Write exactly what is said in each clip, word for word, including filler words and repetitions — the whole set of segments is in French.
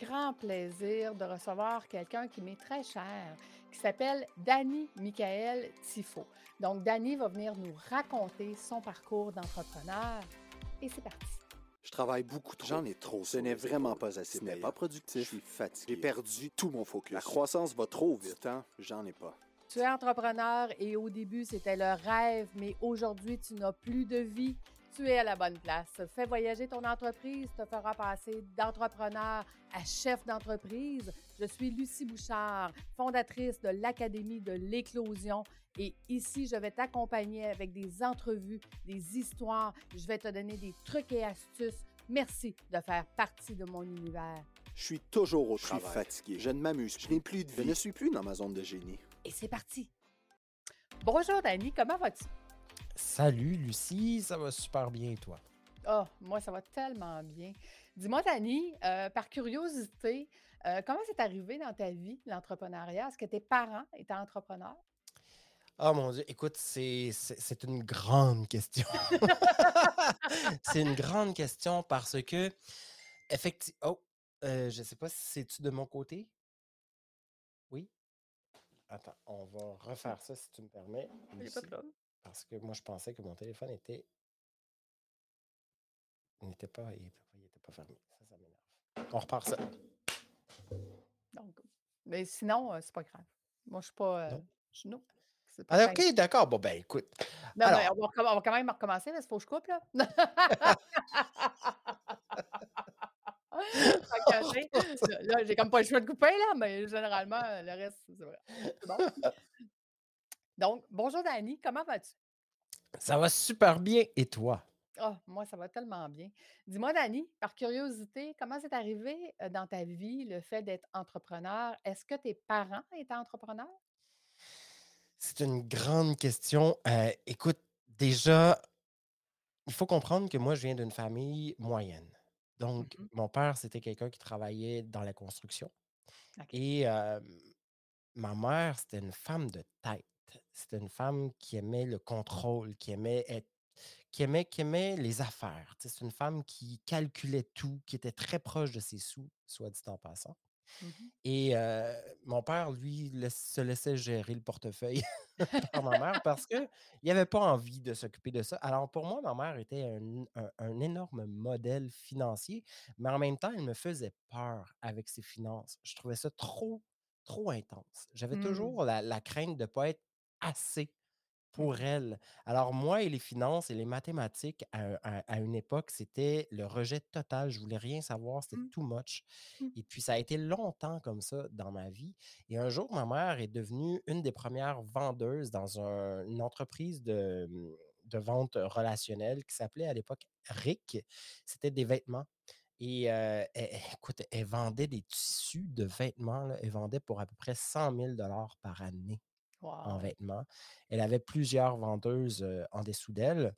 grand plaisir de recevoir quelqu'un qui m'est très cher, qui s'appelle Dany Michael Tifo. Donc, Dany va venir nous raconter son parcours d'entrepreneur et c'est parti. Je travaille beaucoup trop. J'en ai trop. Ce n'est vraiment pas assez Ce n'est payant. pas productif. Je suis fatigué. J'ai perdu tout mon focus. La croissance va trop Du vite. temps, j'en ai pas. Tu es entrepreneur et au début, c'était le rêve, mais aujourd'hui, tu n'as plus de vie. Tu es à la bonne place. Fais voyager ton entreprise, te fera passer d'entrepreneur à chef d'entreprise. Je suis Lucie Bouchard, fondatrice de l'Académie de l'éclosion. Et ici, je vais t'accompagner avec des entrevues, des histoires. Je vais te donner des trucs et astuces. Merci de faire partie de mon univers. Je suis toujours au Je suis travail. fatigué. Je ne m'amuse Je plus. n'ai plus de Je vie. ne suis plus dans ma zone de génie. Et c'est parti. Bonjour, Dany, comment vas-tu? Salut Lucie, ça va super bien et toi? Oh, moi, ça va tellement bien. Dis-moi, Dany, euh, par curiosité, euh, comment c'est arrivé dans ta vie, l'entrepreneuriat? Est-ce que tes parents étaient entrepreneurs? Oh mon Dieu, écoute, c'est c'est- c'est une grande question. C'est une grande question parce que, effectivement, oh, euh, je sais pas si c'est-tu de mon côté? Oui? Attends, on va refaire ça si tu me permets, Il n'y a pas de Lucie, trouble. parce que moi je pensais que mon téléphone était n'était pas, il était pas, il était pas fermé. Ça, ça m'énerve. On repart ça. Donc, mais sinon, euh, c'est pas grave. Moi, je suis pas. euh, Non? je- non, c'est pas Ah, grave. ok, d'accord. Bon, ben écoute. Non, mais Alors, on va, recom- on va quand même recommencer, là, il faut que je coupe, là. Fait que, tu sais, là, là, j'ai comme pas le choix de couper, là, mais généralement, euh, le reste, c'est vrai. C'est bon. Donc, bonjour, Dany, comment vas-tu? ça va super bien et toi? Ah, moi, ça va tellement bien. Dis-moi, Dany, par curiosité, comment c'est arrivé euh, dans ta vie le fait d'être entrepreneur? Est-ce que tes parents étaient entrepreneurs? C'est une grande question. Euh, écoute, déjà, il faut comprendre que moi, je viens d'une famille moyenne. Donc, Mhm. mon père, c'était quelqu'un qui travaillait dans la construction. OK. Et euh, ma mère, c'était une femme de tête. C'était une femme qui aimait le contrôle, qui aimait être, qui aimait, qui aimait les affaires. Tu sais, c'est une femme qui calculait tout, qui était très proche de ses sous, soit dit en passant. Mhm. Et euh, mon père, lui, laisse- se laissait gérer le portefeuille par ma mère parce qu'il n'avait pas envie de s'occuper de ça. Alors, pour moi, ma mère était un, un- un énorme modèle financier, mais en même temps, elle me faisait peur avec ses finances. Je trouvais ça trop, trop intense. J'avais Mm. toujours la, la crainte de ne pas être assez pour Mhm. elle. Alors, moi et les finances et les mathématiques, à, à- à une époque, c'était le rejet total. Je voulais rien savoir, c'était Mm. too much. Mm. Et puis, ça a été longtemps comme ça dans ma vie. Et un jour, ma mère est devenue une des premières vendeuses dans un- une entreprise de, de vente relationnelle qui s'appelait à l'époque R I C. C'était des vêtements. Et euh, elle- elle- écoute, elle vendait des tissus de vêtements, là. Elle vendait pour à peu près cent mille dollars par année en Wow. vêtements. Elle avait plusieurs vendeuses euh, en dessous d'elle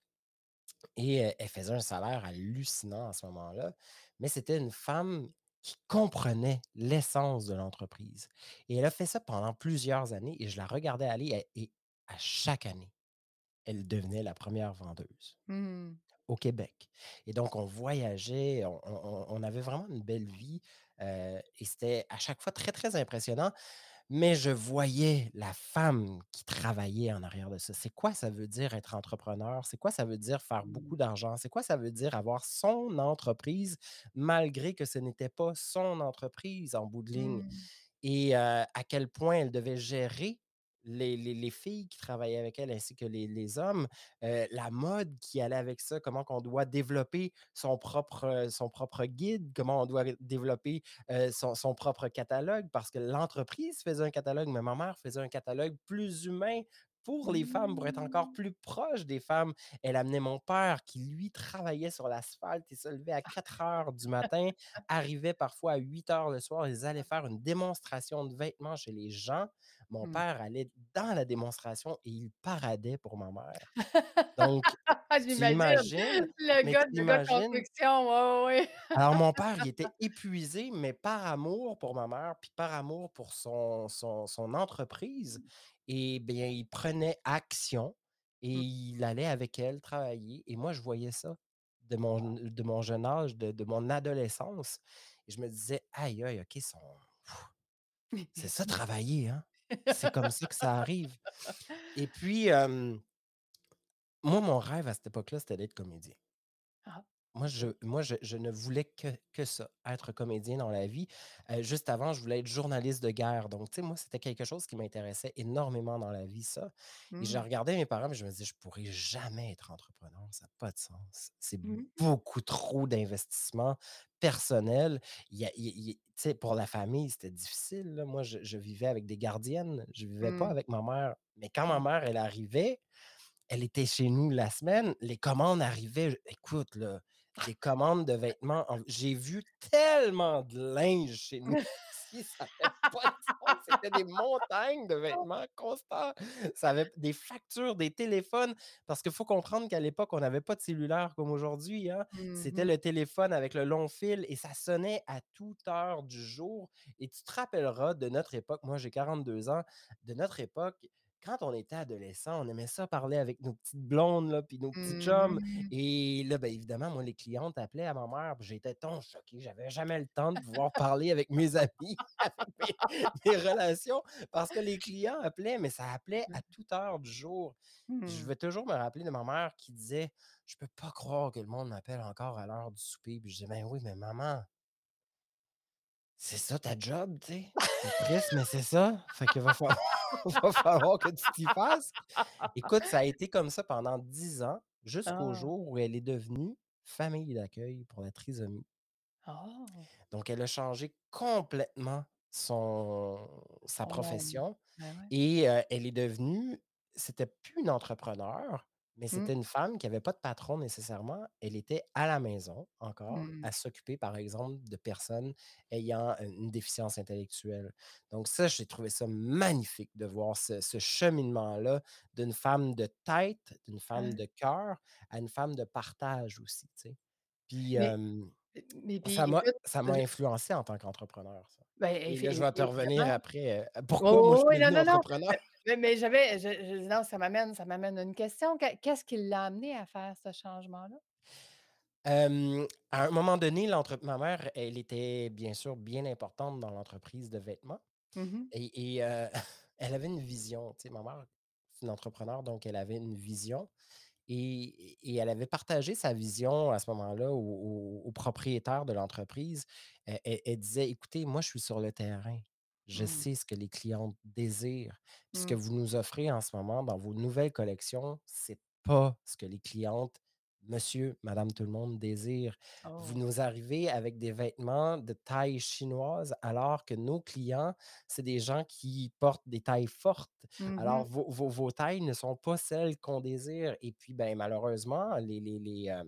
et euh, elle faisait un salaire hallucinant à ce moment-là. Mais c'était une femme qui comprenait l'essence de l'entreprise. Et elle a fait ça pendant plusieurs années et je la regardais aller et, et à chaque année, elle devenait la première vendeuse Mm. au Québec. Et donc, on voyageait, on, on- on avait vraiment une belle vie euh, et c'était à chaque fois très, très impressionnant. Mais je voyais la femme qui travaillait en arrière de ça. C'est quoi ça veut dire être entrepreneur? C'est quoi ça veut dire faire Mm. beaucoup d'argent? C'est quoi ça veut dire avoir son entreprise malgré que ce n'était pas son entreprise en bout de ligne? Mm. Et euh, à quel point elle devait gérer les, les- les filles qui travaillaient avec elle ainsi que les, les hommes, euh, la mode qui allait avec ça, comment on doit développer son propre, euh, son propre guide, comment on doit développer euh, son, son propre catalogue, parce que l'entreprise faisait un catalogue, mais ma mère faisait un catalogue plus humain pour les femmes, pour être encore Mm. plus proche des femmes. Elle amenait mon père qui, lui, travaillait sur l'asphalte et se levait à quatre heures du matin, arrivait parfois à huit heures le soir. Ils allaient faire une démonstration de vêtements chez les gens. Mon Mm. père allait dans la démonstration et il paradait pour ma mère. Donc, tu J'imagine. imagines, Le mais gars, tu le gars de imagines construction, ouais, ouais. alors, mon père, il était épuisé, mais par amour pour ma mère, puis par amour pour son, son, son entreprise, et bien, il prenait action et Mm. il allait avec elle travailler. Et moi, je voyais ça de mon, de mon jeune âge, de, de mon adolescence. et je me disais: «Aïe, aïe, OK, son c'est ça travailler, hein? C'est comme ça que ça arrive». Et puis, hem, moi, mon rêve à cette époque-là, c'était d'être comédien. Ah, Moi, je OK. moi, je je ne voulais que que ça, être comédien dans la vie. Heu, juste avant, je voulais être journaliste de guerre. Donc, tu sais, moi, c'était quelque chose qui m'intéressait énormément dans la vie, ça. Et je Mmh. regardais mes parents, et je me disais: «Je pourrais jamais être entrepreneur, ça a pas de sens. C'est Mmh. beaucoup trop d'investissement personnel». Il y a il y a il y a tu sais, pour la famille, c'était difficile, là. Moi, je je vivais avec des gardiennes, je vivais pas Mmh. avec ma mère. Mais quand ma Mmh. mère, elle arrivait, elle était chez nous la semaine, les commandes arrivaient, écoute, là, des commandes de vêtements en j'ai vu tellement de linge chez nous ici, ça avait pas de sens, c'était des montagnes de vêtements constants. Ça avait des factures, des téléphones, parce qu'il faut comprendre qu'à l'époque, on n'avait pas de cellulaire comme aujourd'hui, hein. C'était Mmh. le téléphone avec le long fil et ça sonnait à toute heure du jour et tu te rappelleras de notre époque, moi j'ai quarante-deux ans, de notre époque, quand on était adolescent, on aimait ça parler avec nos petites blondes, là, puis nos petits chums. Mmh. Et là, ben, évidemment, moi, les clientes appelaient à ma mère, puis j'étais tant choqué, j'avais jamais le temps de pouvoir parler avec mes amis, avec mes, mes relations, parce que les clients appelaient, mais ça appelait à toute heure du jour. Puis je Mmh. vais toujours me rappeler de ma mère qui disait: «Je peux pas croire que le monde m'appelle encore à l'heure du souper». Puis je disais: «Ben oui, mais maman, c'est ça ta job, tu sais. C'est triste, mais c'est ça. Fait qu'il va falloir, va falloir que tu t'y fasses». Écoute, ça a été comme ça pendant dix ans, jusqu'au Ah. jour où elle est devenue famille d'accueil pour la trisomie. Oh! Donc elle a changé complètement son sa Son monde. profession Ben ouais. et heu, elle est devenue c'était plus une entrepreneur, mais Mmh. c'était une femme qui avait pas de patron nécessairement. Elle était à la maison encore, Mmh. à s'occuper, par exemple, de personnes ayant, heu, une déficience intellectuelle. Donc ça, j'ai trouvé ça magnifique de voir ce ce cheminement-là d'une femme de tête, d'une femme Ouais. de cœur à une femme de partage aussi, tu sais. Puis, Mais hem mais ça puis m'a écoute, ça m'a je influencé en tant qu'entrepreneur, ça. ben, Et évi là, je vais te revenir évidemment. après, heu, Oui, pourquoi moi je oui, suis oui, non, devenu non, non. entrepreneur. Mais mais j'avais je je non, ça m'amène ça m'amène à une question. Qu'est qu'est-ce qui l'a amené à faire ce changement-là? Hem, à un moment donné, l'entre ma mère, elle était bien sûr bien importante dans l'entreprise de vêtements Mmh mh. et et heu, elle avait une vision, tu sais, ma mère, c'est une entrepreneure, donc elle avait une vision et et elle avait partagé sa vision à ce moment-là au au au propriétaire de l'entreprise. Elle elle elle disait: «Écoutez, moi, je suis sur le terrain. Je Mmh. sais ce que les clientes désirent. Puis ce que Mmh. vous nous offrez en ce moment dans vos nouvelles collections, c'est pas ce que les clientes, monsieur, madame tout le monde désirent. Vous Oh. nous arrivez avec des vêtements de taille chinoise alors que nos clients, c'est des gens qui portent des tailles fortes. Mmh Alors, mh. vos, vos- vos tailles ne sont pas celles qu'on désire. Et puis, ben, malheureusement, les, les, les, euh,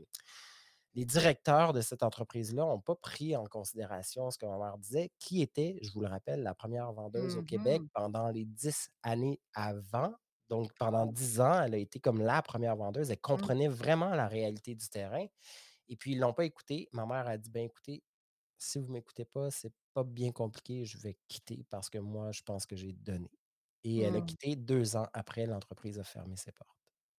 les directeurs de cette entreprise-là n'ont pas pris en considération ce que ma mère disait, qui était, je vous le rappelle, la première vendeuse au Mmh Québec mh. pendant les dix années avant. Donc, pendant Oh. dix ans, elle a été comme la première vendeuse. Elle Mmh. comprenait vraiment la réalité du terrain. Et puis, ils ne l'ont pas écouté. Ma mère a dit, ben écoutez, si vous ne m'écoutez pas, c'est pas bien compliqué, je vais quitter parce que moi, je pense que j'ai donné. Et elle a Mmh. quitté deux ans après, l'entreprise a fermé ses portes.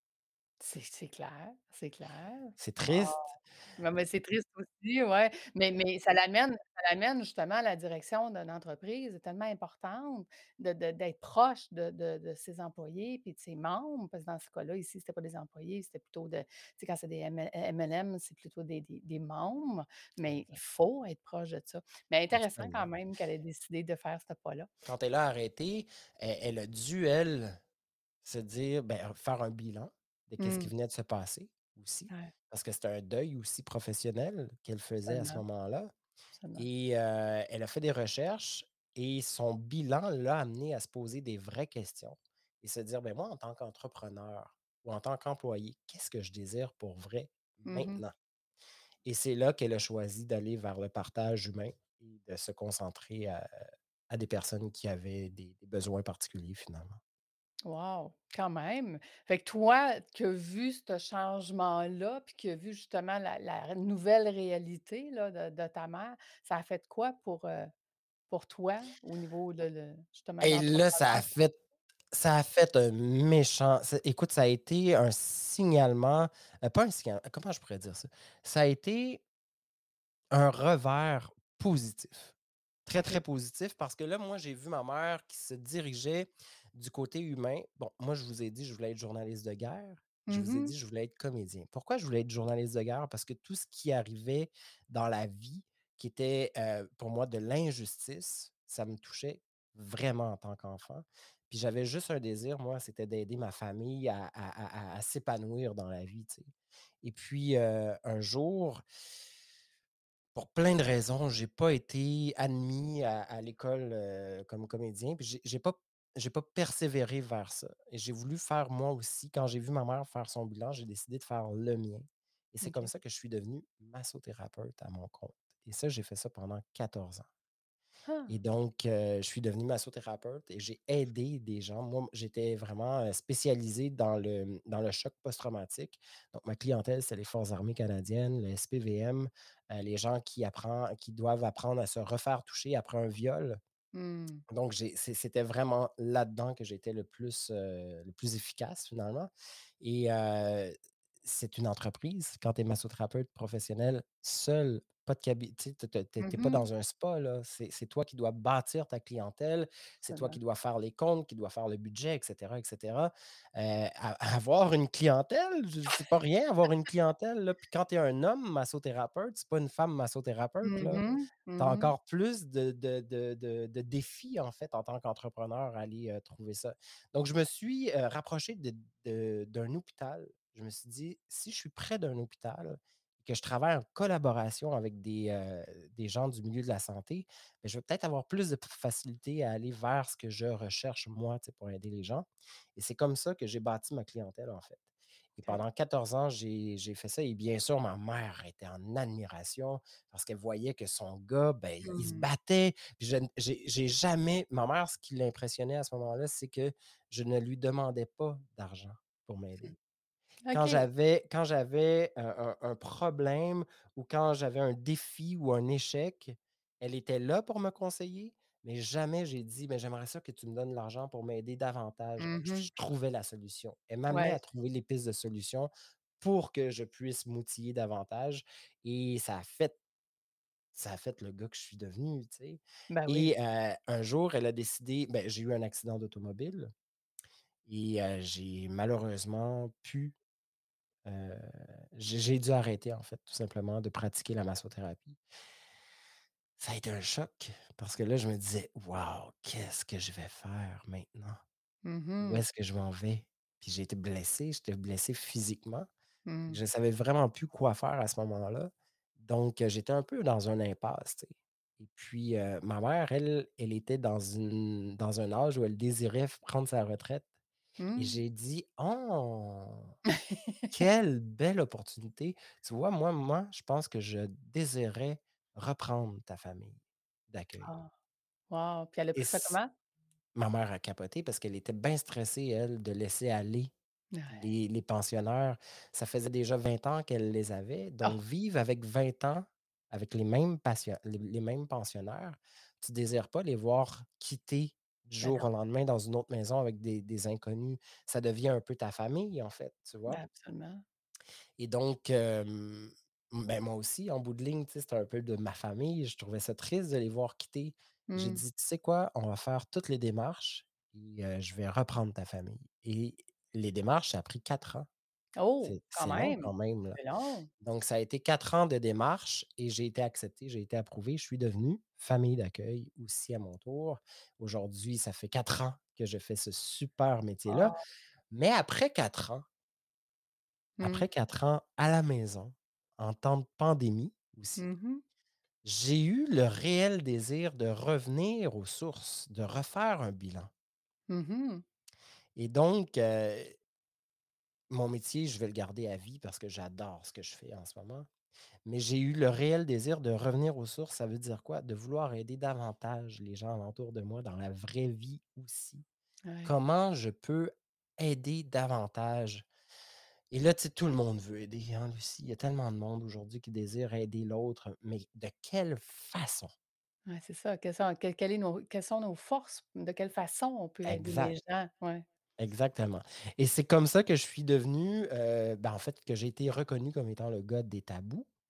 C'est c'est clair, c'est clair. C'est Wow! triste. Ouais, mais c'est triste aussi, ouais. Mais mais ça l'amène ça l'amène justement à la direction d'une entreprise tellement importante de de d'être proche de de de ses employés puis de ses membres, parce que dans ce cas-là, ici, c'était pas des employés, c'était plutôt de tu sais, quand c'est des M M L M, c'est plutôt des des des membres, mais il Exact, faut être proche de ça. Mais intéressant quand absolument. même qu'elle ait décidé de faire ce pas-là. Quand elle a arrêté, elle elle a dû, elle, se dire, ben, faire un bilan de qu'est-ce qui Mmh. venait de se passer aussi, Ouais, parce que c'était un deuil aussi professionnel qu'elle faisait à ce absolument, moment-là. absolument. Et heu, elle a fait des recherches et son bilan l'a amené à se poser des vraies questions et se dire: «Ben, moi, en tant qu'entrepreneur ou en tant qu'employé, qu'est-ce que je désire pour vrai Mmh mh. maintenant?» Et c'est là qu'elle a choisi d'aller vers le partage humain et de se concentrer à à des personnes qui avaient des des besoins particuliers, finalement. Wow, quand même. Fait que toi, qui as vu ce changement-là, puis qui as vu justement la la nouvelle réalité là, de de ta mère, ça a fait quoi pour, heu, pour toi au niveau de le justement Et là, ça d'entrepreneur? a fait ça a fait un méchant ça écoute, ça a été un signalement, heu, pas un signalement, comment je pourrais dire ça? Ça a été un revers positif. Très, très OK. positif parce que là, moi, j'ai vu ma mère qui se dirigeait du côté humain. Bon, moi, je vous ai dit, je voulais être journaliste de guerre. Je vous ai Mmh. dit, je voulais être comédien. Pourquoi je voulais être journaliste de guerre? Parce que tout ce qui arrivait dans la vie, qui était euh, pour moi de l'injustice, ça me touchait vraiment en tant qu'enfant. Puis j'avais juste un désir, moi, c'était d'aider ma famille à, à- à- à s'épanouir dans la vie, tu sais. Et puis, euh, un jour, pour plein de raisons, j'ai pas été admis à à l'école, heu, comme comédien, puis j'ai j'ai pas j'ai pas persévéré vers ça et j'ai voulu faire moi aussi. Quand j'ai vu ma mère faire son bilan, j'ai décidé de faire le mien et c'est comme OK. ça que je suis devenu massothérapeute à mon compte et ça, j'ai fait ça pendant quatorze ans. Et Ah! donc, heu, je suis devenu massothérapeute et j'ai aidé des gens. Moi, j'étais vraiment, heu, spécialisé dans le, mmh, dans le choc post-traumatique. Donc ma clientèle, c'est les Forces armées canadiennes, le S P V M, heu, les gens qui apprend qui doivent apprendre à se refaire toucher après un viol. Mmh. Donc j'ai c'est c'était vraiment là-dedans que j'étais le plus, heu, le plus efficace finalement et heu, c'est une entreprise. Quand tu es massothérapeute professionnel, seul, pas de cabi tu sais, tu es pas Mmh. dans un spa là, c'est c'est toi qui dois bâtir ta clientèle, c'est toi qui Absolument. dois faire les comptes, qui dois faire le budget et cetera et cetera. Heu, a avoir une clientèle, je c'est pas rien avoir une clientèle là, puis quand tu es un homme massothérapeute, c'est pas une femme massothérapeute là. Mmh. Tu as Mmh. encore plus de de de de de défis, en fait, en tant qu'entrepreneur à aller, heu, trouver ça. Donc je me suis, heu, rapproché de de d'un hôpital. Je me suis dit: «Si je suis près d'un hôpital et que je travaille en collaboration avec des, heu, des gens du milieu de la santé, beh, je vais peut-être avoir plus de p facilité à aller vers ce que je recherche moi, tu sais, pour aider les gens» et c'est comme ça que j'ai bâti ma clientèle, en fait. Et OK. pendant quatorze ans, j'ai j'ai fait ça et bien sûr, ma mère était en admiration parce qu'elle voyait que son gars, ben, il se Mmh. battait. Puis je n j'ai j'ai jamais ma mère, ce qui l'impressionnait à ce moment-là, c'est que je ne lui demandais pas d'argent pour m'aider. Quand OK. j'avais quand j'avais un un un problème ou quand j'avais un défi ou un échec, elle était là pour me conseiller, mais jamais j'ai dit: «Ben, j'aimerais ça que tu me donnes l'argent pour m'aider davantage». Je Mmh. je trouvais la solution. Elle m'amenait Ouais, à trouver les pistes de solutions pour que je puisse m'outiller davantage et ça a fait ça a fait le gars que je suis devenu, tu sais? ben oui. Et heu, un jour, elle a décidé ben, j'ai eu un accident d'automobile et heu, j'ai malheureusement pu Heu, j'ai j'ai dû arrêter, en fait, tout simplement de pratiquer la massothérapie. Ça a été un choc parce que là, je me disais: «Waouh, qu'est-ce que je vais faire maintenant? Où Mmh. est-ce que je m'en vais?» Puis j'ai été blessé, j'étais blessé physiquement. Mmh. Je ne savais vraiment plus quoi faire à ce moment-là. Donc, heu, j'étais un peu dans un impasse, tu sais? Et puis, heu, ma mère, elle, elle était dans une dans un âge où elle désirait f prendre sa retraite et Mmh. j'ai dit: «Oh!» Quelle belle opportunité. Tu vois, moi moi, je pense que je désirais reprendre ta famille d'accueil Ah, wow! Puis elle a et pris ça c comment? ma mère a capoté parce qu'elle était bien stressée, elle, de laisser aller Ouais. les les pensionnaires. Ça faisait déjà vingt ans qu'elle les avait, donc Oh! vivre avec vingt ans, avec les mêmes patient les les mêmes pensionnaires, tu désires pas les voir quitter du Ben jour non, au lendemain dans une autre maison avec des des inconnus. Ça devient un peu ta famille, en fait, tu vois? ben absolument. Et donc, hem, ben, moi aussi, en bout de ligne, tu sais, c'était un peu de ma famille. Je trouvais ça triste de les voir quitter. J'ai Mmh. dit: «Tu sais quoi? On va faire toutes les démarches et heu, je vais reprendre ta famille» et les démarches, ça a pris quatre ans. Oh! C'est Quand c'est long même! quand même, là. C'est long. Donc ça a été quatre ans de démarches et j'ai été accepté, j'ai été approuvé. Je suis devenu famille d'accueil aussi à mon tour. Aujourd'hui, ça fait quatre ans que je fais ce super métier-là. Wow! Mais après quatre ans Mmh. après quatre ans à la maison, en temps de pandémie aussi, Mmh mh. j'ai eu le réel désir de revenir aux sources, de refaire un bilan. Mmh. Et donc, heu, mon métier, je vais le garder à vie parce que j'adore ce que je fais en ce moment. Mais j'ai eu le réel désir de revenir aux sources. Ça veut dire quoi? De vouloir aider davantage les gens alentour de moi dans la vraie vie aussi. Ouais. Comment je peux aider davantage? Et là, tu sais, tout le monde veut aider, hein, Lucie. Il y a tellement de monde aujourd'hui qui désire aider l'autre, mais de quelle façon? Ouais, c'est ça. Quelles sont quelles quelle est nos quelles sont nos forces? De quelle façon on peut aider les Exact, gens? Ouais. exactement. Et c'est comme ça que je suis devenu, heu, ben, en fait, que j'ai été reconnu comme étant le gars des tabous.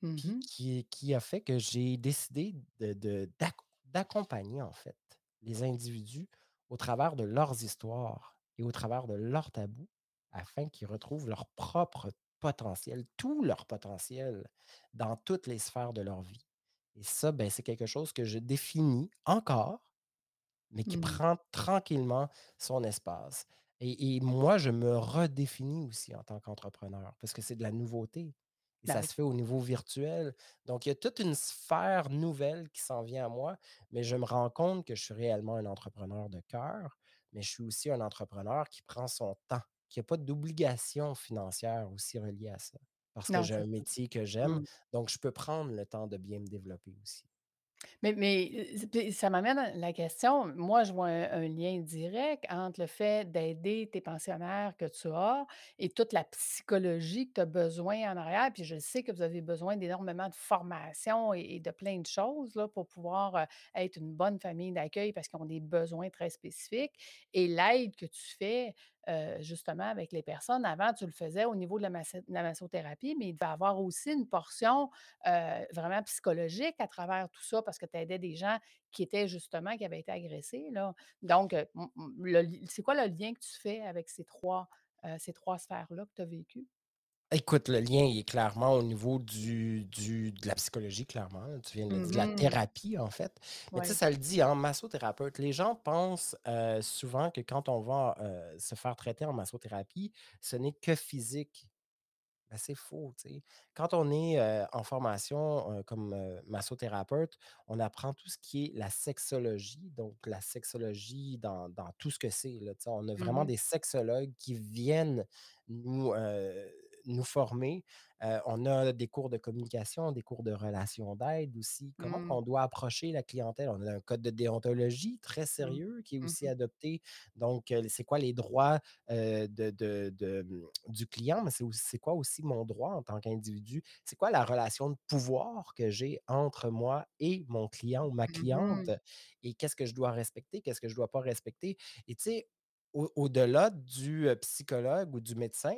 Mmh Puis mh. qui qui a fait que j'ai décidé de de d'ac d'accompagner, en fait, les individus au travers de leurs histoires et au travers de leurs tabous, afin qu'ils retrouvent leur propre potentiel, tout leur potentiel dans toutes les sphères de leur vie. Et ça, ben, c'est quelque chose que je définis encore, mais qui Mmh. prend tranquillement son espace. Et et moi, je me redéfinis aussi en tant qu'entrepreneur parce que c'est de la nouveauté et Bah ça oui. se fait au niveau virtuel. Donc, il y a toute une sphère nouvelle qui s'en vient à moi, mais je me rends compte que je suis réellement un entrepreneur de cœur, mais je suis aussi un entrepreneur qui prend son temps, qui a pas d'obligation financière aussi reliée à ça. Parce que Non, j'ai c'est un ça. métier que j'aime, Mmh. donc je peux prendre le temps de bien me développer aussi. Mais mais, heu, puis ça m'amène à la question, moi, je vois un un lien direct entre le fait d'aider tes pensionnaires que tu as et toute la psychologie que tu as besoin en arrière. Puis je sais que vous avez besoin d'énormément de formation et et de plein de choses là, pour pouvoir, heu, être une bonne famille d'accueil parce qu'ils ont des besoins très spécifiques et l'aide que tu fais, heu, justement avec les personnes. Avant, tu le faisais au niveau de la masso de la massothérapie, mais il devait avoir aussi une portion heu, vraiment psychologique à travers tout ça parce que tu aidais des gens qui étaient justement qui avaient été agressés, là. Donc, heu, m m le li c'est quoi le lien que tu fais avec ces trois heu, ces trois sphères-là que tu as vécues? Écoute, le lien, il est clairement au niveau du du de la psychologie, clairement, là, tu viens de le dire, de la Mmh. thérapie, en fait. Mais tu sais, Oui. ça le dit, hein, massothérapeute. Les gens pensent, heu, souvent que quand on va, heu, se faire traiter en massothérapie, ce n'est que physique. Ben, c'est faux, tu sais. Quand on est, heu, en formation, heu, comme, heu, massothérapeute, on apprend tout ce qui est la sexologie, donc la sexologie dans dans tout ce que c'est, là, tu sais. On a vraiment Mmh. des sexologues qui viennent nous, heu, nous former. Heu, on a des cours de communication, des cours de relations d'aide aussi. Comment Mmh. qu'on doit approcher la clientèle? On a un code de déontologie très Mmh. sérieux qui est Mmh aussi mh. adopté. Donc, heu, c'est quoi les droits, heu, de de de, mmh, du client, mais c'est aussi c'est quoi aussi mon droit en tant qu'individu? C'est quoi la relation de pouvoir que j'ai entre moi et mon client ou ma cliente? Mmh. Et qu'est-ce que je dois respecter? Qu'est-ce que je dois pas respecter? Et tu sais, au au-delà du, heu, psychologue ou du médecin,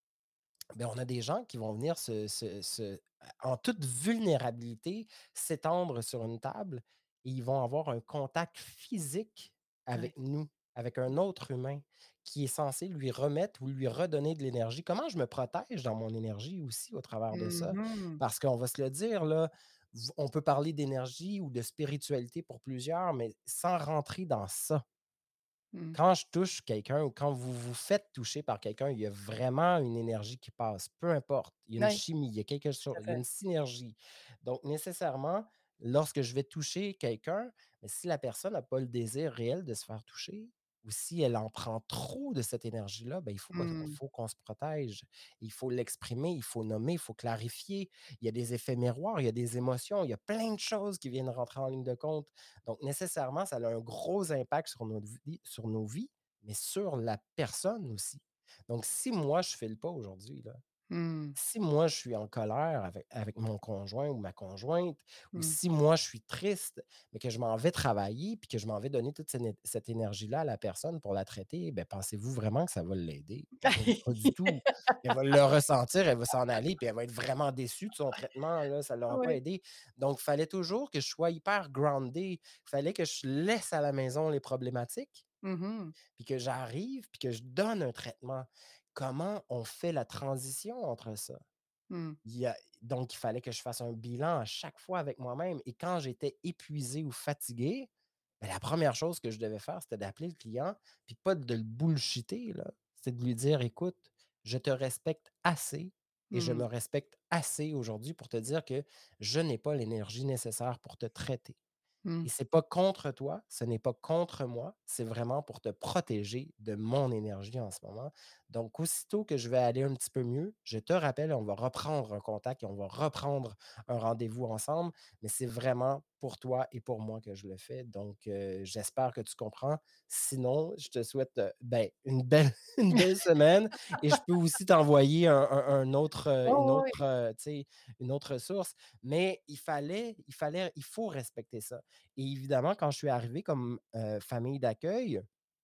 ben on a des gens qui vont venir se se se en toute vulnérabilité, s'étendre sur une table et ils vont avoir un contact physique Ouais. avec nous, avec un autre humain qui est censé lui remettre ou lui redonner de l'énergie. Comment je me protège dans mon énergie aussi au travers de ça? Mmh. Parce qu'on va se le dire, là, v on peut parler d'énergie ou de spiritualité pour plusieurs, mais sans rentrer dans ça. Mmh. Quand je touche quelqu'un ou quand vous vous faites toucher par quelqu'un, il y a vraiment une énergie qui passe, peu importe. Il y a une Oui, chimie, il y a quelque tout chose, à il y a fait. une synergie. Donc, nécessairement, lorsque je vais toucher quelqu'un, mais si la personne n'a pas le désir réel de se faire toucher, ou si elle en prend trop de cette énergie-là, ben, il faut, qu'on- Mmh. faut qu'on se protège. Il faut l'exprimer, il faut nommer, il faut clarifier. Il y a des effets miroirs, il y a des émotions, il y a plein de choses qui viennent rentrer en ligne de compte. Donc, nécessairement, ça a un gros impact sur notre vie, sur nos vies, mais sur la personne aussi. Donc, si moi, je ne file pas aujourd'hui, là, Mmh. si moi, je suis en colère avec, avec mon conjoint ou ma conjointe, ou Mmh. si moi, je suis triste, mais que je m'en vais travailler, puis que je m'en vais donner toute cette, é- cette énergie-là à la personne pour la traiter, ben, pensez-vous vraiment que ça va l'aider? Ben, pas du tout. Elle va le ressentir, elle va s'en aller, puis elle va être vraiment déçue de son traitement, là, ça ne l'aura pas Oui. aidé. Donc, il fallait toujours que je sois hyper groundé. Il fallait que je laisse à la maison les problématiques, Mmh mh. puis que j'arrive, puis que je donne un traitement. Comment on fait la transition entre ça? Mmh. Il y a donc il fallait que je fasse un bilan à chaque fois avec moi-même et quand j'étais épuisé ou fatigué, ben, la première chose que je devais faire, c'était d'appeler le client, puis pas de le bullshitter, là. C'est de lui dire: «Écoute, je te respecte assez et je Mmh. me respecte assez aujourd'hui pour te dire que je n'ai pas l'énergie nécessaire pour te traiter». Mmh. Et c'est pas contre toi, ce n'est pas contre moi, c'est vraiment pour te protéger de mon énergie en ce moment. Donc, aussitôt que je vais aller un petit peu mieux, je te rappelle, on va reprendre un contact et on va reprendre un rendez-vous ensemble, mais c'est vraiment pour toi et pour moi que je le fais. Donc, heu, j'espère que tu comprends. Sinon, je te souhaite, heu, ben, une belle une belle semaine et je peux aussi t'envoyer un un un autre, heu, une Oh autre, oui. heu, tu sais, une autre source, mais il fallait il fallait il faut respecter ça. Et évidemment, quand je suis arrivé comme, heu, famille d'accueil,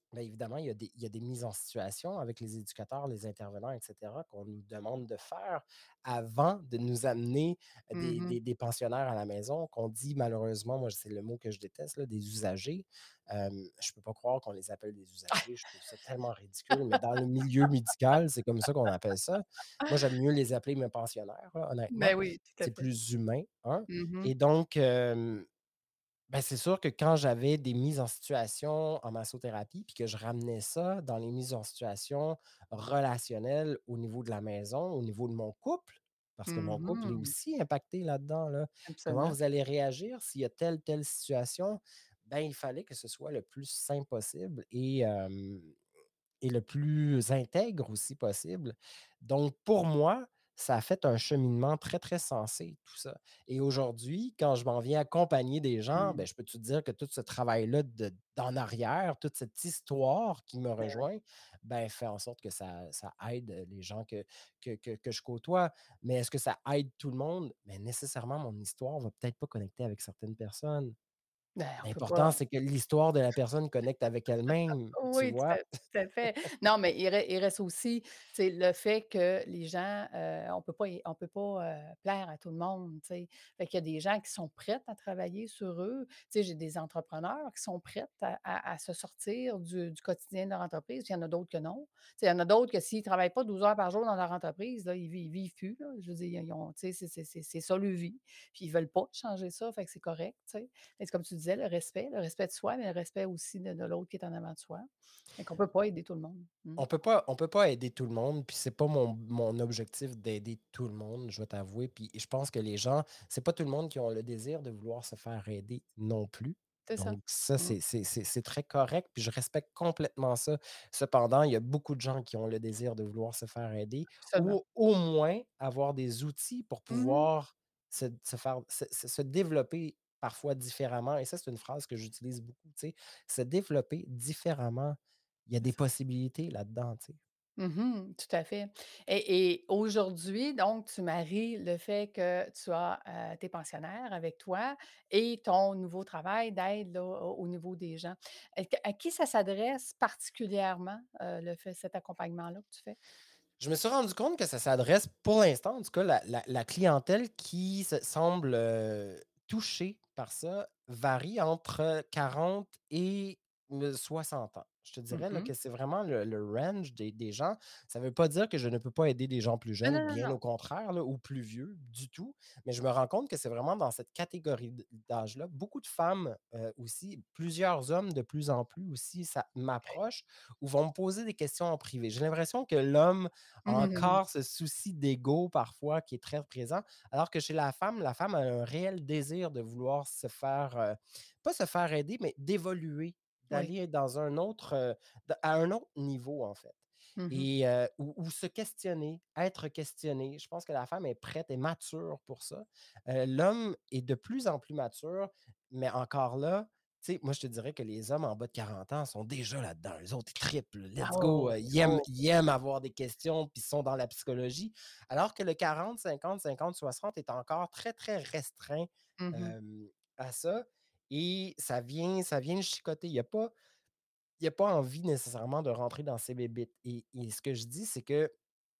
Bien évidemment, il y a des il y a des mises en situation avec les éducateurs, les intervenants et cetera qu'on nous demande de faire avant de nous amener des Mmh. des des pensionnaires à la maison qu'on dit malheureusement, moi c'est le mot que je déteste là, des usagers. Hem, je peux pas croire qu'on les appelle des usagers, je trouve ça tellement ridicule, mais dans le milieu médical, c'est comme ça qu'on appelle ça. Moi, j'aime mieux les appeler mes pensionnaires là, honnêtement. Ben oui, tout à C'est fait. plus humain, hein? Mmh. Et donc, hem ben, c'est sûr que quand j'avais des mises en situation en massothérapie, puis que je ramenais ça dans les mises en situation relationnelles au niveau de la maison, au niveau de mon couple, parce que mon couple est Mmh. aussi impacté là-dedans, là. Comment Absolument. vous allez réagir s'il y a telle, telle situation? Ben, il fallait que ce soit le plus simple possible et hem et le plus intègre aussi possible. Donc pour moi, ça a fait un cheminement très, très sensé, tout ça. Et aujourd'hui, quand je m'en viens accompagner des gens, Mmh. ben, je peux te dire que tout ce travail-là de d'en arrière, toute cette histoire qui me Ben oui. rejoint, ben, fait en sorte que ça ça aide les gens que que que que je côtoie. Mais est-ce que ça aide tout le monde? Mais nécessairement, mon histoire va peut-être pas connecter avec certaines personnes. Ben, on peut L'important, pas. c'est que l'histoire de la personne connecte avec elle-même, tu Oui, tout à vois? tout à fait. Non, mais il re il reste aussi, c'est le fait que les gens, heu, on peut pas y on peut pas, heu, plaire à tout le monde, tu sais. Fait qu'il y a des gens qui sont prêts à travailler sur eux. Tu sais, j'ai des entrepreneurs qui sont prêts à à à se sortir du du quotidien de leur entreprise, puis il y en a d'autres que non. Tu sais, il y en a d'autres que s'ils ne travaillent pas douze heures par jour dans leur entreprise, là, ils vi ils vivent plus, là. Je veux dire, ils ont tu sais, c'est c'est c'est c'est ça leur vie, puis ils veulent pas changer ça, fait que c'est correct, tu sais. Mais c'est comme tu disais, le respect, le respect de soi, mais le respect aussi de de l'autre qui est en avant de soi. Fait qu'on peut pas aider tout le monde. Mmh. On peut pas on peut pas aider tout le monde, puis c'est pas mon mon objectif d'aider tout le monde, je vais t'avouer. Puis je pense que les gens, c'est pas tout le monde qui ont le désir de vouloir se faire aider non plus. C'est ça. Donc ça, Mmh. c'est c'est c'est c'est très correct, puis je respecte complètement ça. Cependant, il y a beaucoup de gens qui ont le désir de vouloir se faire aider Absolument. ou au moins avoir des outils pour Mmh. pouvoir se se faire se se se développer parfois différemment et ça, c'est une phrase que j'utilise beaucoup, tu sais, se développer différemment. Il y a C'est des ça. possibilités là-dedans, tu sais. Mmh. Tout à fait. Et et aujourd'hui, donc, tu maries le fait que tu as, heu, tes pensionnaires avec toi et ton nouveau travail d'aide, là, au au niveau des gens. Est que à qui ça s'adresse particulièrement, heu, le fait cet accompagnement-là que tu fais? Je me suis rendu compte que ça s'adresse, pour l'instant, en tout cas, la la la clientèle qui se semble, heu, touchée par ça varie entre quarante et heu, soixante ans. Je te dirais là Mmh. que c'est vraiment le le range des des gens. Ça ne veut pas dire que je ne peux pas aider des gens plus Non, jeunes, non, non, bien non. au contraire là, ou plus vieux, du tout. Mais je me rends compte que c'est vraiment dans cette catégorie d d'âge-là. Beaucoup de femmes, heu, aussi, plusieurs hommes de plus en plus aussi, ça OK. m'approchent ou vont me poser des questions en privé. J'ai l'impression que l'homme Mmh. encore ce souci d'ego parfois qui est très présent. Alors que chez la femme, la femme a un réel désir de vouloir se faire, heu, pas se faire aider, mais d'évoluer, Oui. d'aller dans un autre, heu, d à un autre niveau en fait Mmh. et heu, ou ou se questionner, être questionné. Je pense que la femme est prête et mature pour ça. Heu, l'homme est de plus en plus mature, mais encore là, tu sais, moi, je te dirais que les hommes en bas de quarante ans sont déjà là-dedans. Les autres, ils triplent. Ah Let's go. oui, Heu, oui, ils aiment oui. ils aiment avoir des questions, puis ils sont dans la psychologie. Alors que le quarante, cinquante, cinquante, soixante est encore très, très restreint, Mmh mh. hem, à ça et ça vient ça vient le chicoter. Il y a pas il y a pas envie nécessairement de rentrer dans ses bébites et et ce que je dis, c'est que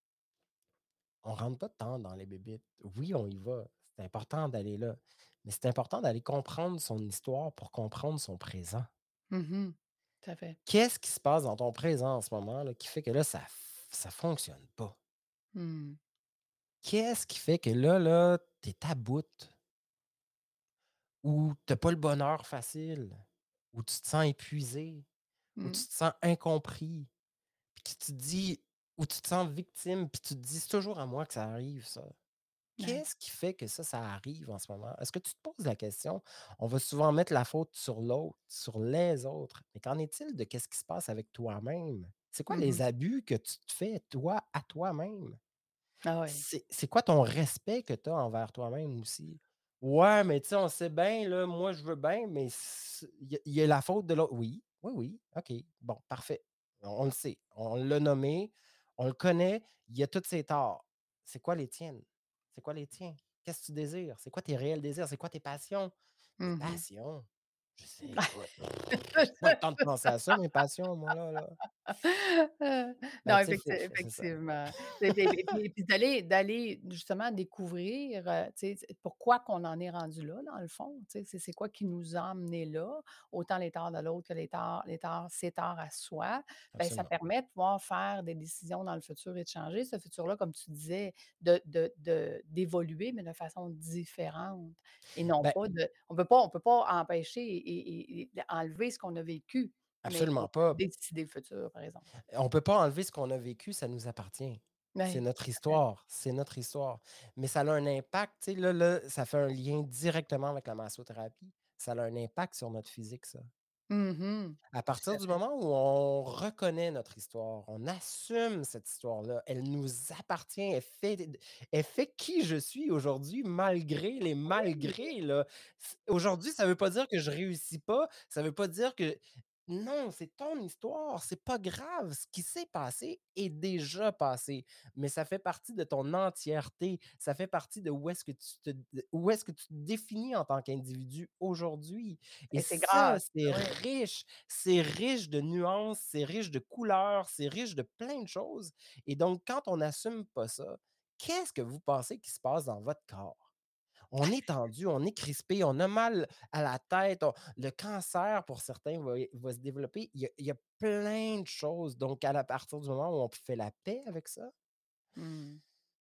on rentre pas tant dans les bébites. Oui, on y va. C'est important d'aller là, mais c'est important d'aller comprendre son histoire pour comprendre son présent. Mmh. Tout à fait. Qu'est-ce qui se passe dans ton présent en ce moment là, qui fait que là, ça f ça fonctionne pas? Mmh. Qu'est-ce qui fait que là là, tu es à bout ou tu as pas le bonheur facile, ou tu te sens épuisé, ou Mmh. tu te sens incompris, puis que tu te dis ou tu te sens victime, puis tu te dis: «C'est toujours à moi que ça arrive ça». Ouais. Qu'est-ce qui fait que ça, ça arrive en ce moment? Est-ce que tu te poses la question? On va souvent mettre la faute sur l'autre, sur les autres, mais qu'en est-il de qu'est-ce qui se passe avec toi-même? C'est quoi Mmh. les abus que tu te fais, toi, à toi-même? Ah oui. C'est c'est quoi ton respect que tu as envers toi-même aussi? Ouais, mais tu sais, on sait bien, là, moi, je veux bien, mais c il y a il y a la faute de l'autre. Oui, oui, oui, OK, bon, parfait. On on le sait, on l'a nommé, on le connaît, il y a tous ses torts. C'est quoi les tiennes? C'est quoi les tiens? Qu'est-ce que tu désires? C'est quoi tes réels désirs? C'est quoi tes passions? Tes Mmh mh. passions? Je sais, écoute, j'ai pas le temps de penser à ça, mes passions, moi, là, là. Heu, Ben, non, tu sais, effecti faut faut c'est ça. effectivement. Et puis et puis et puis d'aller d'aller justement découvrir, heu, tu sais, pourquoi qu'on en est rendu là, dans le fond, tu sais, c'est c'est quoi qui nous a amenés là, autant les torts de l'autre que les torts les torts ses torts à soi. Ben, ça Absolument. permet de pouvoir faire des décisions dans le futur et de changer ce futur-là, comme tu disais, de de de d'évoluer, mais de façon différente et non Ben, pas de on peut pas on peut pas empêcher et et et enlever ce qu'on a vécu, mais on absolument peut pas. décider le futur, par exemple. On peut pas enlever ce qu'on a vécu, ça nous appartient. C'est Oui, notre tout à fait. histoire, c'est notre histoire. Mais ça a un impact, tu sais, là là, ça fait un lien directement avec la massothérapie. Ça a un impact sur notre physique, ça. Mmh. À Tout partir à du fait. moment où on reconnaît notre histoire, on assume cette histoire-là, elle nous appartient, elle fait elle fait qui je suis aujourd'hui malgré les Oui, malgrés, là. C Aujourd'hui, ça veut pas dire que je réussis pas, ça veut pas dire que non, c'est ton histoire, c'est pas grave. Ce qui s'est passé est déjà passé, mais ça fait partie de ton entièreté. Ça fait partie de où est-ce que tu te où est-ce que tu te définis en tant qu'individu aujourd'hui. Et et c'est ça, grâce c'est oui, riche, c'est riche de nuances, c'est riche de couleurs, c'est riche de plein de choses. Et donc, quand on n'assume pas ça, qu'est-ce que vous pensez qui se passe dans votre corps? On est tendu, on est crispé, on a mal à la tête, on- le cancer pour certains va, va se développer. Il y, a, il y a plein de choses. Donc, à la partir du moment où on fait la paix avec ça, mmh.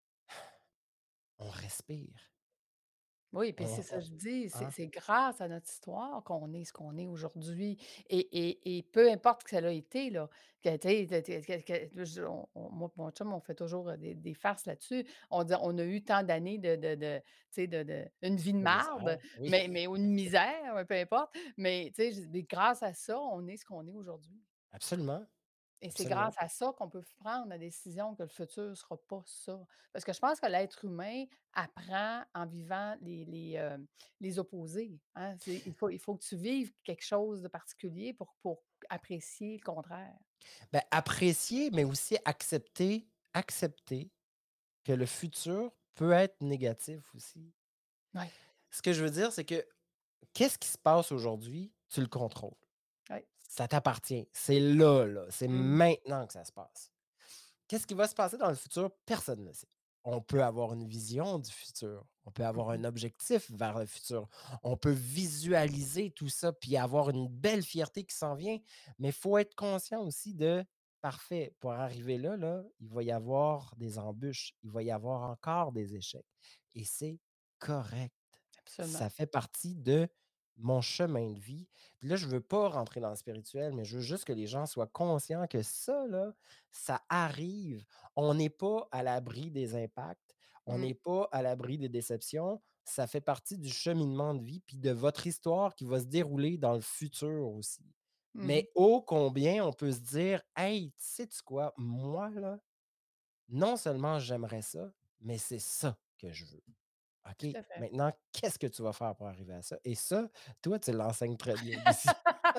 on respire. Oui, puis c'est On, ça que on- je dis, c'est hein? c'est grâce à notre histoire qu'on est ce qu'on est aujourd'hui et et et peu importe que ça l'a été là, que tu sais, que que que que je on on moi et mon chum, on fait toujours, heu, des des farces là-dessus. On dit: «On a eu tant d'années de de de tu sais, de de une vie de De marde, misère, oui. mais mais ou une misère, peu importe, mais tu sais, je dis grâce à ça, on est ce qu'on est aujourd'hui». Absolument, Et c'est grâce absolument. à ça qu'on peut prendre la décision que le futur ne sera pas ça. Parce que je pense que l'être humain apprend en vivant les les, hem, les opposés, hein. C'est il faut il faut que tu vives quelque chose de particulier pour pour apprécier le contraire. Ben, apprécier, mais aussi accepter, accepter que le futur peut être négatif aussi. Oui, Ce que je veux dire, c'est que qu'est-ce qui se passe aujourd'hui, tu le contrôles. oui. Ça t'appartient. C'est là, là. C'est Mmh. maintenant que ça se passe. Qu'est-ce qui va se passer dans le futur? Personne ne le sait. On peut avoir une vision du futur. On peut avoir Mmh. un objectif vers le futur. On peut visualiser tout ça puis avoir une belle fierté qui s'en vient. Mais il faut être conscient aussi de, parfait, pour arriver là, là, il va y avoir des embûches. Il va y avoir encore des échecs. Et c'est correct. Absolument. Ça fait partie de mon chemin de vie. Puis là, je veux pas rentrer dans le spirituel, mais je veux juste que les gens soient conscients que ça, là, ça arrive. On n'est pas à l'abri des impacts, on Mmh. n'est pas à l'abri des déceptions. Ça fait partie du cheminement de vie, puis de votre histoire qui va se dérouler dans le futur aussi. Mmh. Mais ô combien on peut se dire: «Hey, sais-tu quoi? Moi, là, non seulement j'aimerais ça, mais c'est ça que je veux». OK, Tout à fait. maintenant, qu'est-ce que tu vas faire pour arriver à ça? Et ça, toi, tu l'enseignes très bien aussi.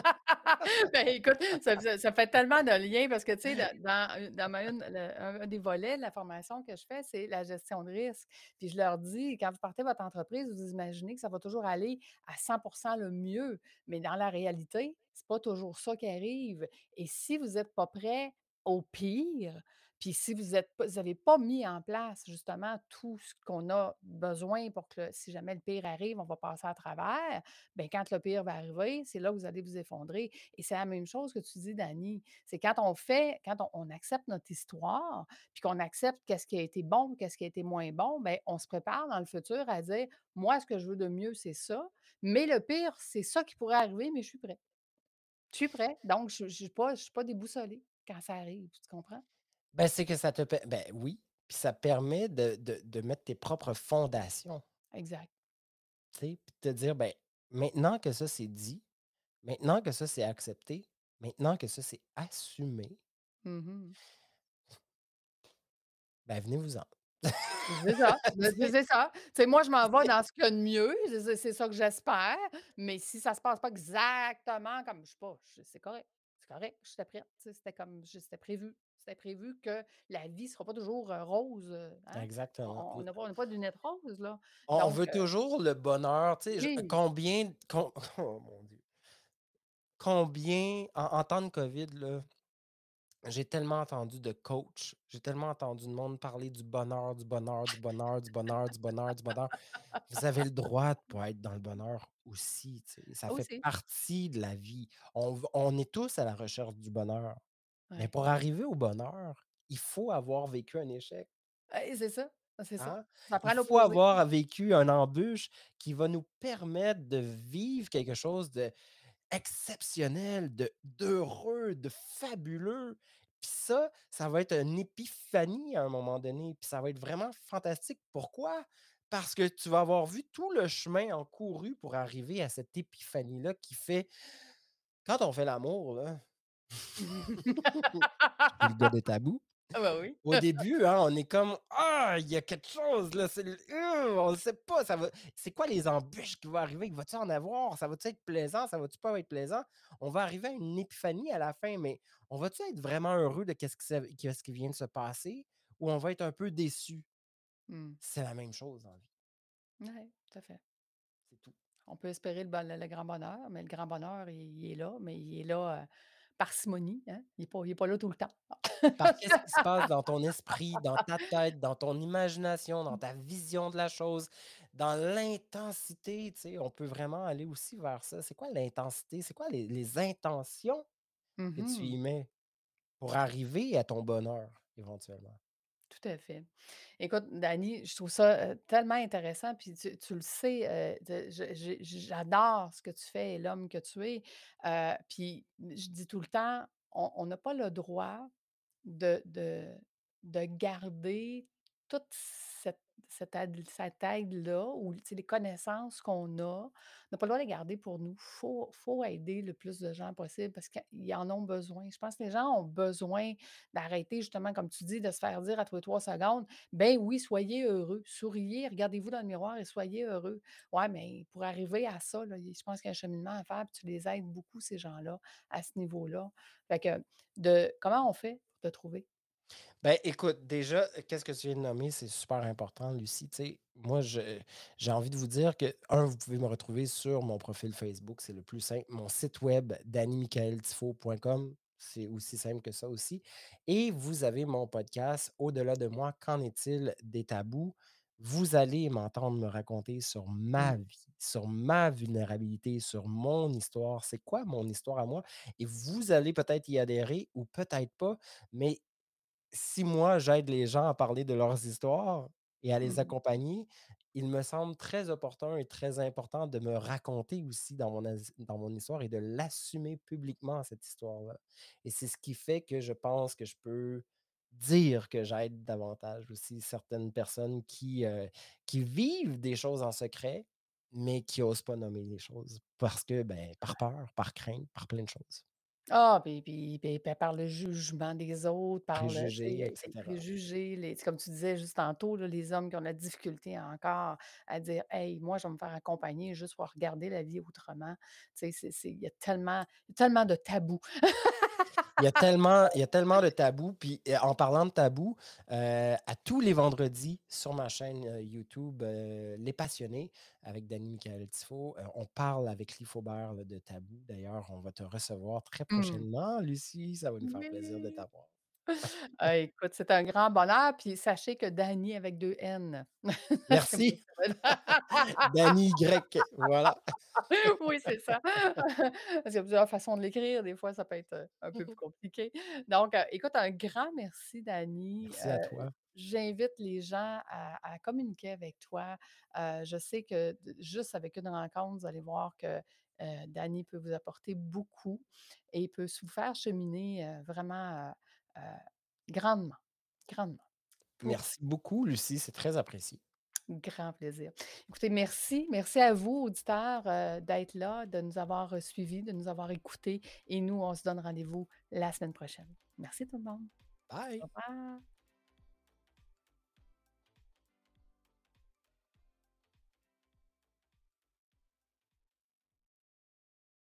Ben, écoute, ça ça ça fait tellement de liens parce que, tu sais, dans dans, heu, dans ma une le un un des volets de la formation que je fais, c'est la gestion de risque. Puis je leur dis: «Quand vous partez votre entreprise, vous imaginez que ça va toujours aller à cent le mieux, mais dans la réalité, c'est pas toujours ça qui arrive et si vous êtes pas prêt au pire, puis si vous êtes pas vous avez pas mis en place justement tout ce qu'on a besoin pour que si jamais le pire arrive, on va passer à travers, ben quand le pire va arriver, c'est là que vous allez vous effondrer et c'est la même chose que tu dis, Dani. C'est quand on fait quand on on accepte notre histoire, puis qu'on accepte qu'est-ce qui a été bon, qu'est-ce qui a été moins bon, ben on se prépare dans le futur à dire: «Moi, ce que je veux de mieux, c'est ça, mais le pire, c'est ça qui pourrait arriver, mais je suis prêt. Je suis prêt, donc je je suis pas je suis pas déboussolé quand ça arrive», tu comprends? Ben, c'est que ça te per ben oui, puis ça permet de de de mettre tes propres fondations, Exact. tu sais, puis de te dire: «Ben, maintenant que ça c'est dit, maintenant que ça c'est accepté, maintenant que ça c'est assumé, Mmh. ben venez-vous-en». C'est ça, ben, Tu c'est sais? c'est ça. Tu sais, moi, je m'en vais C'est dans ce qu'il y a de mieux, c'est c'est c'est ça que j'espère, mais si ça se passe pas exactement comme je sais pas, je c'est correct, c'est correct, j'étais prête, tu sais, c'était comme j c'était prévu. C'était prévu que la vie sera pas toujours, heu, rose, heu, hein. exactement. On on n'a pas on n'a pas de lunettes roses, là. On on Donc veut heu, toujours le bonheur, tu sais, je oui, combien com oh mon Dieu! combien, en, en temps de COVID, là, j'ai tellement entendu de coachs, j'ai tellement entendu de monde parler du bonheur, du bonheur, du bonheur, du bonheur, du bonheur, du bonheur. Vous avez le droit de pas être dans le bonheur aussi, tu sais. Ça fait Aussi. partie de la vie. On, v- on est tous à la recherche du bonheur. Mais Ouais. pour arriver au bonheur, il faut avoir vécu un échec. Hey, c'est ça, c'est ça. Hein? Ça Il prend faut l'opposé. avoir vécu un embûche qui va nous permettre de vivre quelque chose de exceptionnel, de d'heureux, de fabuleux. Puis ça, ça va être une épiphanie à un moment donné, puis ça va être vraiment fantastique. Pourquoi? Parce que tu vas avoir vu tout le chemin encouru pour arriver à cette épiphanie-là qui fait quand on fait l'amour, là, je suis le gars de tabou. Ah bah oui. Au début, hein, on est comme: «Ah, il y a quelque chose là, c'est le heu, on ne sait pas, ça va c'est quoi les embûches qui vont arriver? Va-tu en avoir? Ça va-tu être plaisant? Ça va-tu pas être plaisant?» On va arriver à une épiphanie à la fin, mais on va-tu être vraiment heureux de qu'est-ce qui s'est qu'est-ce qui vient de se passer ou on va être un peu déçu? Mmh. C'est la même chose dans la vie, Ouais, tout à fait. c'est tout. On peut espérer le bon le le grand bonheur, mais le grand bonheur, il il est là, mais il est là, heu, parcimonie, hein. Il est pas il est pas là tout le temps. Par qu'est-ce qui se passe dans ton esprit, dans ta tête, dans ton imagination, dans ta vision de la chose, dans l'intensité, tu sais, on peut vraiment aller aussi vers ça. C'est quoi l'intensité? C'est quoi les les intentions que tu Mmh. y mets pour arriver à ton bonheur éventuellement? Tout à fait. Écoute, Dani, je trouve ça, heu, tellement intéressant, puis tu tu le sais, heu, de je j'ai j'adore ce que tu fais et l'homme que tu es, heu, puis je dis tout le temps, on on n'a pas le droit de de de garder toute cette cette aide cette aide-là ou tu sais, les connaissances qu'on a, on n'a pas le droit de les garder pour nous. Faut faut aider le plus de gens possible parce qu'ils en ont besoin. Je pense que les gens ont besoin d'arrêter justement, comme tu dis, de se faire dire à tous les trois secondes: «Ben oui, soyez heureux, souriez, regardez-vous dans le miroir et soyez heureux». Ouais, mais pour arriver à ça, là, je pense qu'il y a un cheminement à faire, puis tu les aides beaucoup ces gens-là, à ce niveau-là. Fait que de comment on fait pour te trouver? Ben, écoute, déjà, qu'est-ce que tu viens de nommer, c'est super important, Lucie. Tu sais, moi, je, j'ai envie de vous dire que, un, vous pouvez me retrouver sur mon profil Facebook, c'est le plus simple. Mon site web, danny michael tifo point com, c'est aussi simple que ça aussi. Et vous avez mon podcast, Au-delà de moi, qu'en est-il des tabous? Vous allez m'entendre me raconter sur ma Mmh. vie, sur ma vulnérabilité, sur mon histoire. C'est quoi mon histoire à moi? Et vous allez peut-être y adhérer ou peut-être pas, mais si moi, j'aide les gens à parler de leurs histoires et à les Mmh. accompagner, il me semble très opportun et très important de me raconter aussi dans mon as dans mon histoire et de l'assumer publiquement, cette histoire-là. Et c'est ce qui fait que je pense que je peux dire que j'aide davantage aussi certaines personnes qui, heu, qui vivent des choses en secret, mais qui osent pas nommer les choses parce que, ben, par peur, par crainte, par plein de choses. Ah, puis puis puis puis par le jugement des autres, par le tu Préjugés et sais, les cetera. préjugés, les c'est comme tu disais juste tantôt, là, les hommes qui ont de la difficulté encore à dire: «Hey, moi, je vais me faire accompagner juste pour regarder la vie autrement». Tu sais, c'est c'est il y a tellement il y a tellement de tabous. Il y a tellement il y a tellement de tabous, puis, heu, en parlant de tabous, heu, à tous les vendredis sur ma chaîne, heu, YouTube, heu, Les Passionnés avec Danny Michael Tifo, heu, on parle avec Ly Faubert, là, de tabous. D'ailleurs, on va te recevoir très Mmh. prochainement, Lucie, ça va nous faire plaisir de Oui. t'avoir. Ah, écoute, c'est un grand bonheur, puis sachez que Dany avec deux N. Comme ça, Merci, ça va être Danny Y, voilà. oui, c'est ça. Parce qu'il y a plusieurs façons de l'écrire, des fois, ça peut être, heu, un peu plus compliqué. Donc, heu, écoute, un grand merci, Dany. Merci à Heu, toi. j'invite les gens à à communiquer avec toi. Heu, je sais que d juste avec une rencontre, vous allez voir que, heu, Dany peut vous apporter beaucoup et il peut vous faire cheminer, heu, vraiment, heu heu, grandement, grandement pour Merci beaucoup, Lucie, c'est très apprécié. grand plaisir. Écoutez, merci. Merci à vous, auditeurs, heu, d'être là, de nous avoir, heu, suivis, de nous avoir écoutés et nous, on se donne rendez-vous la semaine prochaine. Merci tout le monde. Bye. Au revoir.